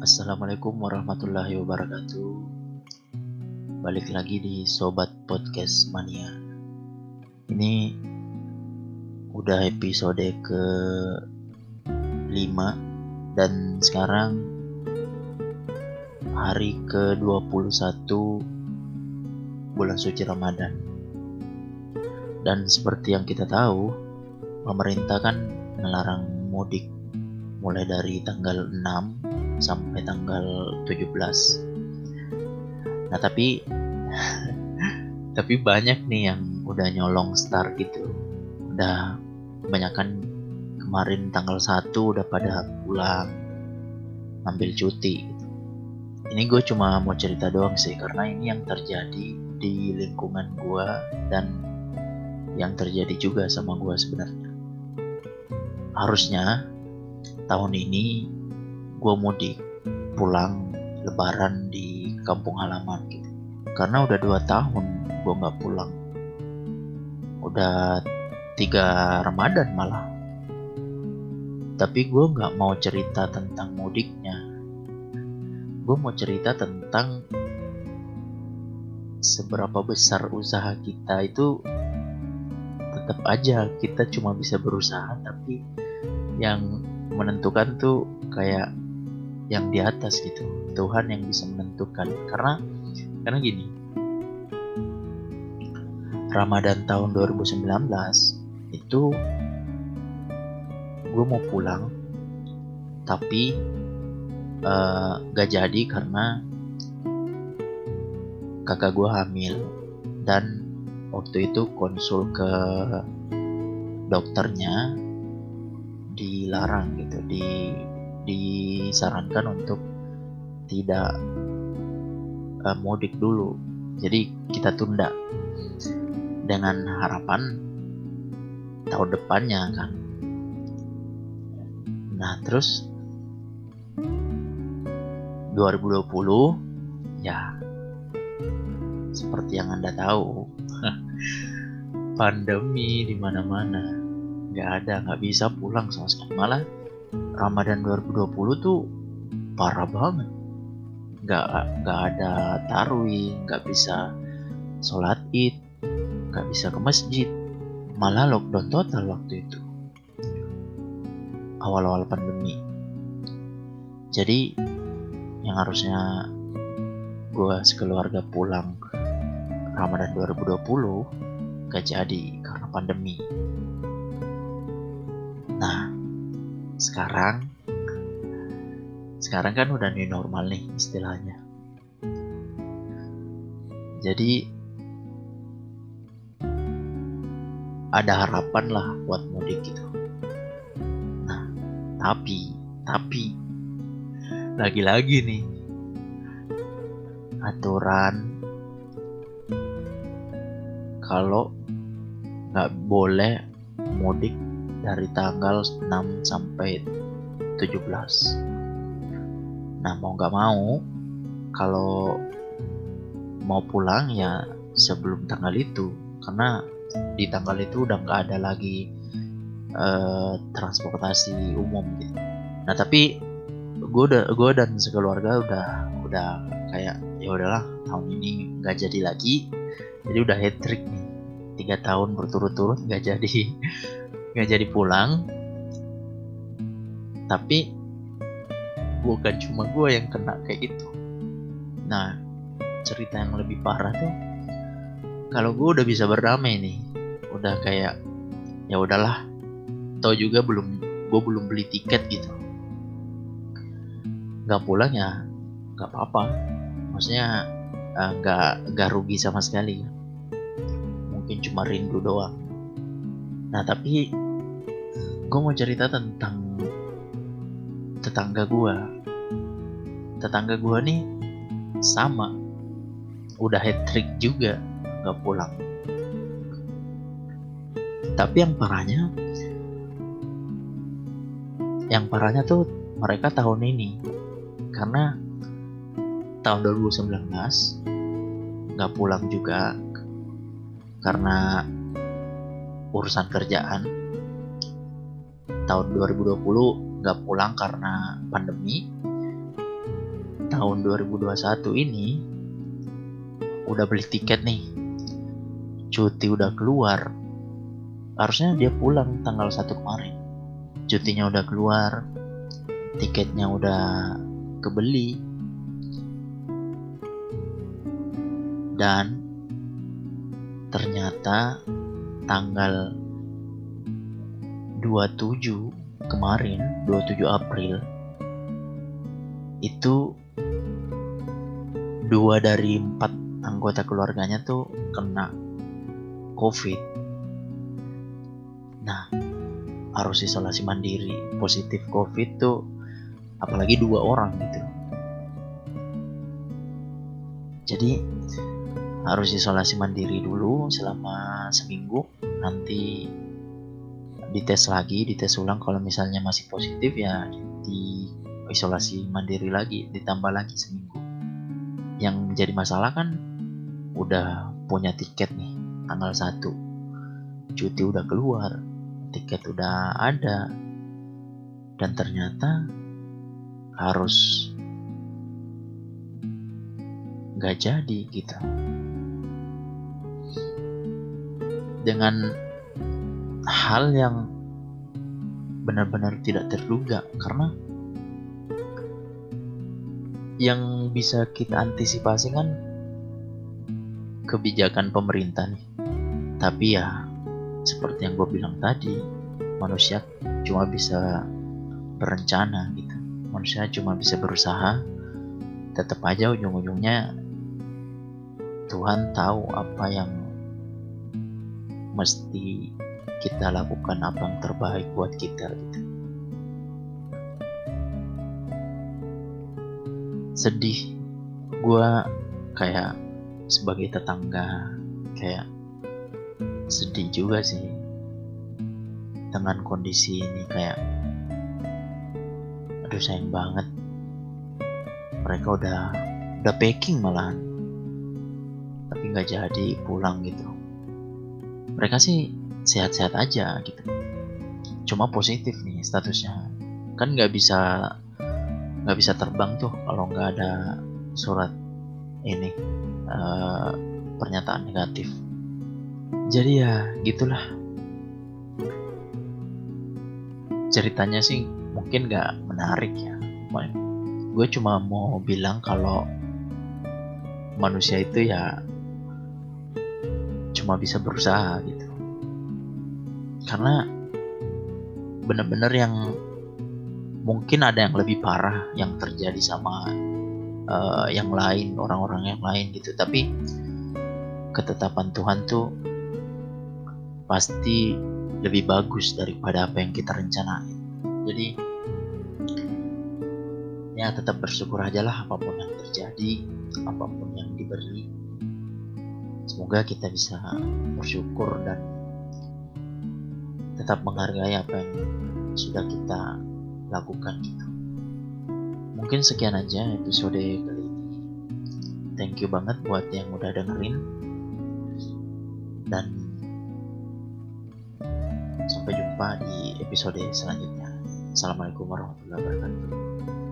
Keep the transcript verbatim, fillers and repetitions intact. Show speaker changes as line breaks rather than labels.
Assalamualaikum warahmatullahi wabarakatuh. Balik lagi di Sobat Podcast Mania. Ini udah episode ke lima dan sekarang hari ke dua puluh satu bulan suci Ramadan. Dan seperti yang kita tahu, pemerintah kan melarang mudik mulai dari tanggal enam sampai tanggal tujuh belas. Nah tapi tapi banyak nih yang udah nyolong start gitu. Udah kebanyakan kemarin tanggal satu udah pada pulang ambil cuti gitu. Ini gue cuma mau cerita doang sih, karena ini yang terjadi di lingkungan gue dan yang terjadi juga sama gue sebenarnya. Harusnya tahun ini gue mudik pulang lebaran di kampung halaman gitu, karena udah dua tahun gue nggak pulang, udah tiga Ramadan malah. Tapi gue nggak mau cerita tentang mudiknya, gue mau cerita tentang seberapa besar usaha kita itu. Tetap aja kita cuma bisa berusaha, tapi yang menentukan tuh kayak yang di atas gitu, Tuhan yang bisa menentukan. Karena karena gini, Ramadan tahun dua ribu sembilan belas itu gue mau pulang tapi uh, gak jadi karena kakak gue hamil, dan waktu itu konsul ke dokternya dilarang gitu, di disarankan untuk tidak uh, mudik dulu, jadi kita tunda dengan harapan tahun depannya kan. Nah terus dua ribu dua puluh ya seperti yang Anda tahu, pandemi di mana-mana, nggak ada, nggak bisa pulang sama sekali. Malah Ramadan dua ribu dua puluh tuh parah banget, nggak nggak ada tarawih, nggak bisa sholat id, nggak bisa ke masjid, malah lockdown total waktu itu awal-awal pandemi. Jadi yang harusnya gue sekeluarga pulang Ramadan dua ribu dua puluh gak jadi karena pandemi. Nah sekarang sekarang kan udah new normal nih istilahnya, jadi ada harapan lah buat mudik gitu. Nah tapi tapi lagi-lagi nih aturan kalau nggak boleh mudik dari tanggal enam sampai tujuh belas. Nah mau nggak mau, kalau mau pulang ya sebelum tanggal itu, karena di tanggal itu udah nggak ada lagi eh, transportasi umum gitu. Nah tapi gue udah gue dan sekeluarga udah udah kayak ya udahlah, tahun ini nggak jadi lagi, jadi udah hat trick nih, tiga tahun berturut-turut nggak jadi nggak jadi pulang. Tapi bukan cuma gue yang kena kayak gitu. Nah cerita yang lebih parah tuh, kalau gue udah bisa berdamai nih, udah kayak ya udahlah, tau juga belum gue belum beli tiket gitu, nggak pulang ya nggak apa-apa, maksudnya nggak uh, nggak rugi sama sekali, mungkin cuma rindu doang. Nah tapi gue mau cerita tentang tetangga gue. Tetangga gue nih sama, udah hat trick juga nggak pulang. Tapi yang parahnya, yang parahnya tuh mereka tahun ini, karena tahun dua ribu sembilan belas nggak pulang juga karena urusan kerjaan. Tahun dua ribu dua puluh nggak pulang karena pandemi. tahun dua ribu dua puluh satu ini udah beli tiket nih, cuti udah keluar, harusnya dia pulang tanggal satu kemarin. Cutinya udah keluar, tiketnya udah kebeli, dan ternyata tanggal dua puluh tujuh kemarin, dua puluh tujuh April, itu dua dari empat anggota keluarganya tuh kena COVID. Nah, harus isolasi mandiri, positif COVID tuh apalagi dua orang gitu. Jadi harus isolasi mandiri dulu selama seminggu, nanti dites lagi, dites ulang. Kalau misalnya masih positif ya di isolasi mandiri lagi, ditambah lagi seminggu. Yang jadi masalah kan udah punya tiket nih tanggal satu, cuti udah keluar, tiket udah ada, dan ternyata harus gak jadi gitu. Dengan hal yang benar-benar tidak terduga, karena yang bisa kita antisipasi kan kebijakan pemerintah nih. Tapi ya seperti yang gue bilang tadi, manusia cuma bisa berencana gitu, manusia cuma bisa berusaha. Tetap aja ujung-ujungnya Tuhan tahu apa yang mesti kita lakukan, apa yang terbaik buat kita gitu. Sedih, gue kayak sebagai tetangga kayak sedih juga sih dengan kondisi ini. Kayak aduh, sayang banget, mereka udah udah packing malahan tapi nggak jadi pulang gitu. Mereka sih sehat-sehat aja gitu, cuma positif nih statusnya. Kan nggak bisa nggak bisa terbang tuh kalau nggak ada surat ini uh, pernyataan negatif. Jadi ya gitulah ceritanya sih. Mungkin nggak menarik ya, gue cuma mau bilang kalau manusia itu ya cuma bisa berusaha gitu. Karena bener-bener yang mungkin ada yang lebih parah yang terjadi sama uh, yang lain, orang-orang yang lain gitu. Tapi ketetapan Tuhan tuh pasti lebih bagus daripada apa yang kita rencanain. Jadi ya tetap bersyukur aja lah apapun yang terjadi, apapun yang diberi. Semoga kita bisa bersyukur dan tetap menghargai apa yang sudah kita lakukan gitu. Mungkin sekian aja episode kali ini. Thank you banget buat yang udah dengerin, dan sampai jumpa di episode selanjutnya. Assalamualaikum warahmatullahi wabarakatuh.